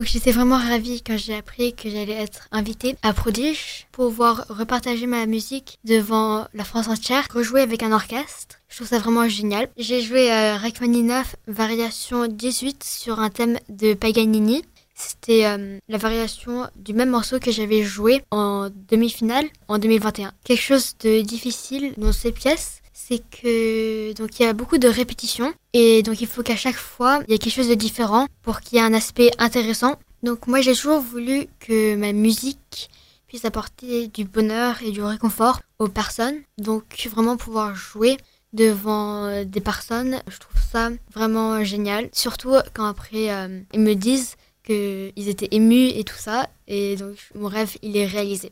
Donc, j'étais vraiment ravie quand j'ai appris que j'allais être invitée à Prodige pour pouvoir repartager ma musique devant la France entière, rejouer avec un orchestre. Je trouve ça vraiment génial. J'ai joué Rachmaninoff variation 18 sur un thème de Paganini. C'était la variation du même morceau que j'avais joué en demi-finale en 2021. Quelque chose de difficile dans ces pièces, c'est que donc il y a beaucoup de répétitions et donc il faut qu'à chaque fois il y ait quelque chose de différent pour qu'il y ait un aspect intéressant. Donc moi j'ai toujours voulu que ma musique puisse apporter du bonheur et du réconfort aux personnes. Donc vraiment pouvoir jouer devant des personnes, je trouve ça vraiment génial. Surtout quand après ils me disent qu'ils étaient émus et tout ça. Et donc mon rêve il est réalisé.